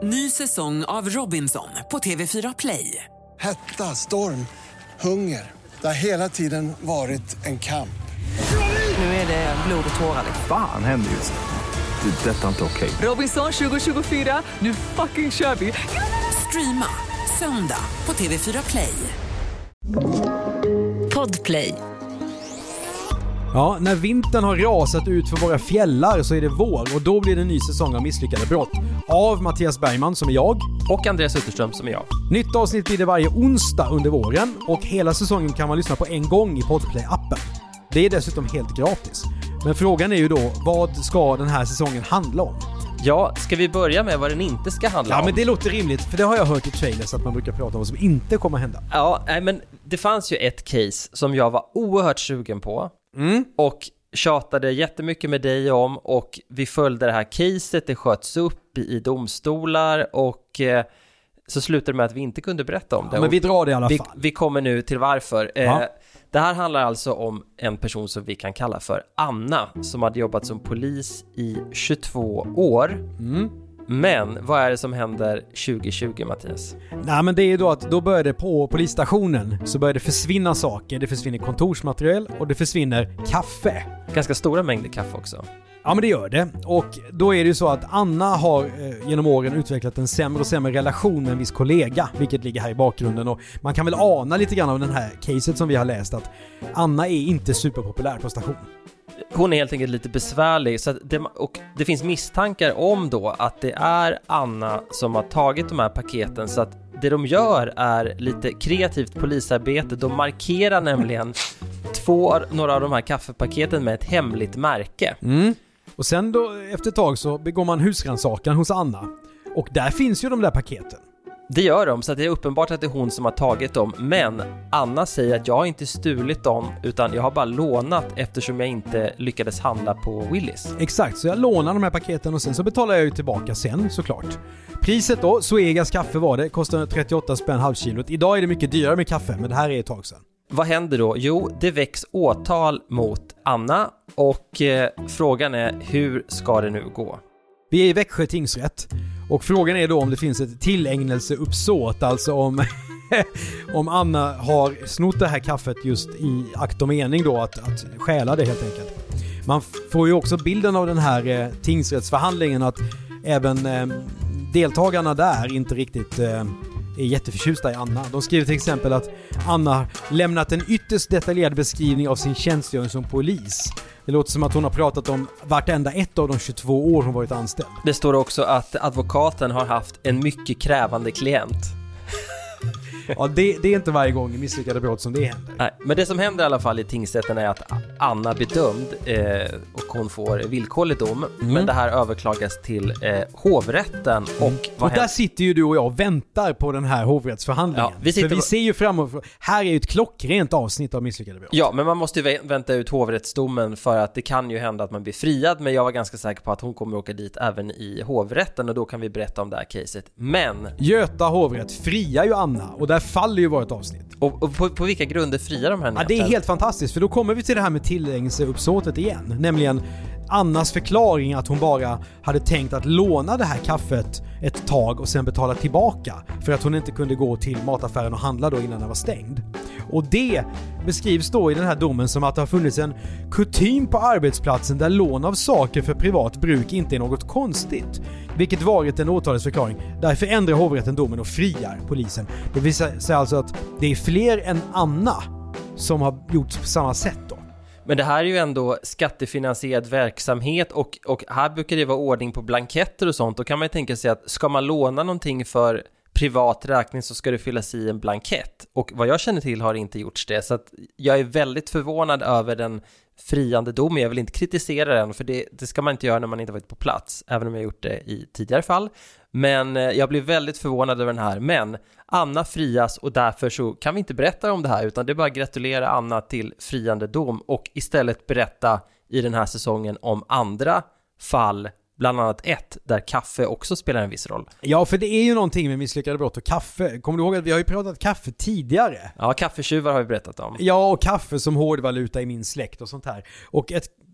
Ny säsong av Robinson på TV4 Play. Hetta, storm, hunger. Det har hela tiden varit en kamp. Nu är det blod och tårar. Fan händer just nu. Det är detta inte okej. Robinson 2024, nu fucking kör vi. Streama söndag på TV4 Play. Podplay. Ja, när vintern har rasat ut för våra fjällar så är det vår och då blir det en ny säsong av Misslyckade brott. Av Mattias Bergman som är jag. Och Andreas Utterström som är jag. Nytt avsnitt blir det varje onsdag under våren och hela säsongen kan man lyssna på en gång i Podplay-appen. Det är dessutom helt gratis. Men frågan är ju då, vad ska den här säsongen handla om? Ja, ska vi börja med vad den inte ska handla om? Ja, men det låter rimligt, för det har jag hört i trailers att man brukar prata om vad som inte kommer hända. Ja, men det fanns ju ett case som jag var oerhört sugen på. Och tjatade jättemycket med dig om, och vi följde det här caset, det sköts upp i domstolar och så slutade det med att vi inte kunde berätta om det. Men vi drar det i alla fall. Vi kommer nu till varför. Ja. Det här handlar alltså om en person som vi kan kalla för Anna, som hade jobbat som polis i 22 år. Men vad är det som händer 2020, Mattias? Nej, men det är ju då att då började på polisstationen så började det försvinna saker. Det försvinner kontorsmaterial och det försvinner kaffe. Ganska stora mängder kaffe också. Ja, men det gör det. Och då är det ju så att Anna har genom åren utvecklat en sämre och sämre relation med en viss kollega, vilket ligger här i bakgrunden. Och man kan väl ana lite grann av den här caset som vi har läst att Anna är inte superpopulär på stationen. Hon är helt enkelt lite besvärlig, så att det finns misstankar om då att det är Anna som har tagit de här paketen, så att det de gör är lite kreativt polisarbete. De markerar nämligen några av de här kaffepaketen med ett hemligt märke. Och sen då efter ett tag så begår man husrannsakan hos Anna. Och där finns ju de där paketen. Det gör de, så att det är uppenbart att det är hon som har tagit dem. Men Anna säger att jag har inte stulit dem, utan jag har bara lånat eftersom jag inte lyckades handla på Willys. Exakt, så jag lånar de här paketen och sen så betalar jag ju tillbaka sen såklart. Priset då, Zoegas kaffe var det, kostar 38 spänn halvkilot. Idag är det mycket dyrare med kaffe, men det här är ett tag sedan. Vad händer då? Jo, det väcks åtal mot Anna och frågan är, hur ska det nu gå? Vi är i Växjö tingsrätt och frågan är då om det finns ett tillägnelseuppsåt, alltså om Anna har snott det här kaffet just i akt och mening då att stjäla det helt enkelt. Man får ju också bilden av den här tingsrättsförhandlingen att även deltagarna där inte riktigt är jätteförtjusta i Anna. De skriver till exempel att Anna lämnat en ytterst detaljerad beskrivning av sin tjänstgöring som polis. Det låter som att hon har pratat om vartenda ett av de 22 år hon varit anställd. Det står också att advokaten har haft en mycket krävande klient. Ja, det är inte varje gång i Misslyckade brott som det händer. Nej, men det som händer i alla fall i tingsrätten är att Anna blir dömd och hon får villkorlig dom. Men det här överklagas till hovrätten. Och där sitter ju du och jag och väntar på den här hovrättsförhandlingen. Ja, vi ser ju framåt. Här är ju ett klockrent avsnitt av Misslyckade brott. Ja, men man måste ju vänta ut hovrättsdomen, för att det kan ju hända att man blir friad. Men jag var ganska säker på att hon kommer åka dit även i hovrätten, och då kan vi berätta om det här caset. Men Göta hovrätt friar ju Anna, och där faller ju vårt avsnitt. Och på vilka grunder friar de här? Ja, det är helt fantastiskt, för då kommer vi till det här med tillägnelseuppsåtet igen. Nämligen Annas förklaring att hon bara hade tänkt att låna det här kaffet ett tag och sen betala tillbaka för att hon inte kunde gå till mataffären och handla då innan den var stängd. Och det beskrivs då i den här domen som att det har funnits en kutym på arbetsplatsen där lån av saker för privat bruk inte är något konstigt, vilket varit en åtalsförklaring. Därför ändrar hovrätten domen och friar polisen. Det vill säga alltså att det är fler än Anna som har gjort på samma sätt då. Men det här är ju ändå skattefinansierad verksamhet, och här brukar det vara ordning på blanketter och sånt. Då kan man ju tänka sig att ska man låna någonting för privat räkning så ska det fyllas i en blankett. Och vad jag känner till har inte gjorts det. Så att jag är väldigt förvånad över den friande domen. Jag vill inte kritisera den, för det ska man inte göra när man inte varit på plats. Även om jag gjort det i tidigare fall. Men jag blir väldigt förvånad över den här. Men Anna frias, och därför så kan vi inte berätta om det här, utan det är bara att gratulera Anna till friande dom och istället berätta i den här säsongen om andra fall, bland annat ett där kaffe också spelar en viss roll. Ja, för det är ju någonting med Misslyckade brott och kaffe. Kommer du ihåg att vi har ju pratat kaffe tidigare? Ja, kaffetjuvar har vi berättat om. Ja, och kaffe som hårdvaluta i min släkt och sånt här. Och ett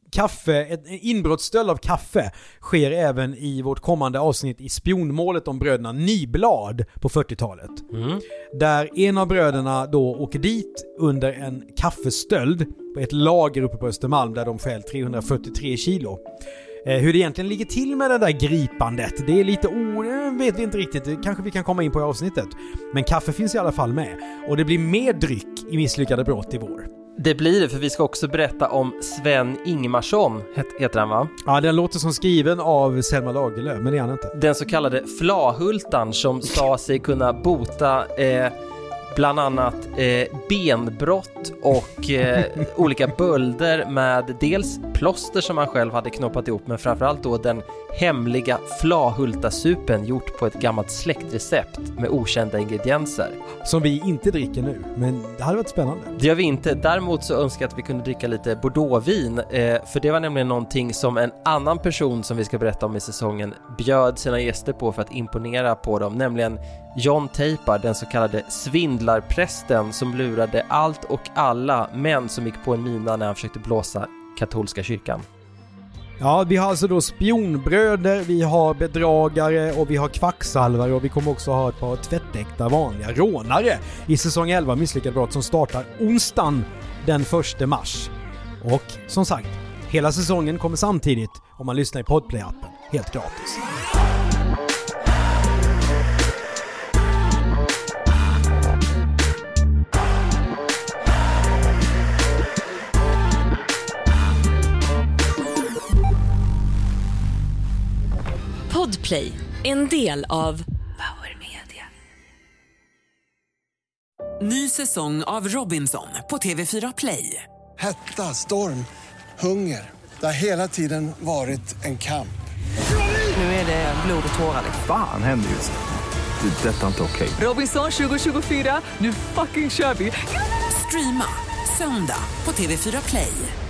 ett inbrottsstöld av kaffe sker även i vårt kommande avsnitt i spionmålet om bröderna Nyblad på 40-talet. Där en av bröderna då åker dit under en kaffestöld på ett lager uppe på Östermalm där de stjäl 343 kilo. Hur det egentligen ligger till med det där gripandet, det är lite vet vi inte riktigt, det kanske vi kan komma in på i avsnittet. Men kaffe finns i alla fall med, och det blir mer dryck i misslyckade brott i vår. Det blir det, för vi ska också berätta om Sven Ingemarsson, heter han va? Ja, den låter som skriven av Selma Lagerlöf, men det är han inte. Den så kallade Flahultan som sa sig kunna bota bland annat benbrott och olika bölder med dels plåster som han själv hade knoppat ihop, men framförallt då den hemliga Flahultasupen gjort på ett gammalt släktrecept med okända ingredienser. Som vi inte dricker nu, men det hade varit spännande. Det gör vi inte. Däremot så önskar jag att vi kunde dricka lite Bordeauxvin, för det var nämligen någonting som en annan person som vi ska berätta om i säsongen bjöd sina gäster på för att imponera på dem, nämligen John Teipar, den så kallade svindlarprästen som lurade allt och alla män som gick på en mina när han försökte blåsa katolska kyrkan. Ja, vi har alltså då spionbröder, vi har bedragare och vi har kvacksalvare, och vi kommer också ha ett par tvättäkta vanliga rånare i säsong 11 Misslyckade brott som startar onsdagen den 1 mars. Och som sagt, hela säsongen kommer samtidigt om man lyssnar i Podplay-appen, helt gratis. Podplay, en del av Power Media. Ny säsong av Robinson på TV4 Play. Hetta, storm, hunger. Det har hela tiden varit en kamp. Nu är det blod och tårar. Fan händer just det. Det är detta inte okej. Robinson 2024, nu fucking kör vi. Streama söndag på TV4 Play.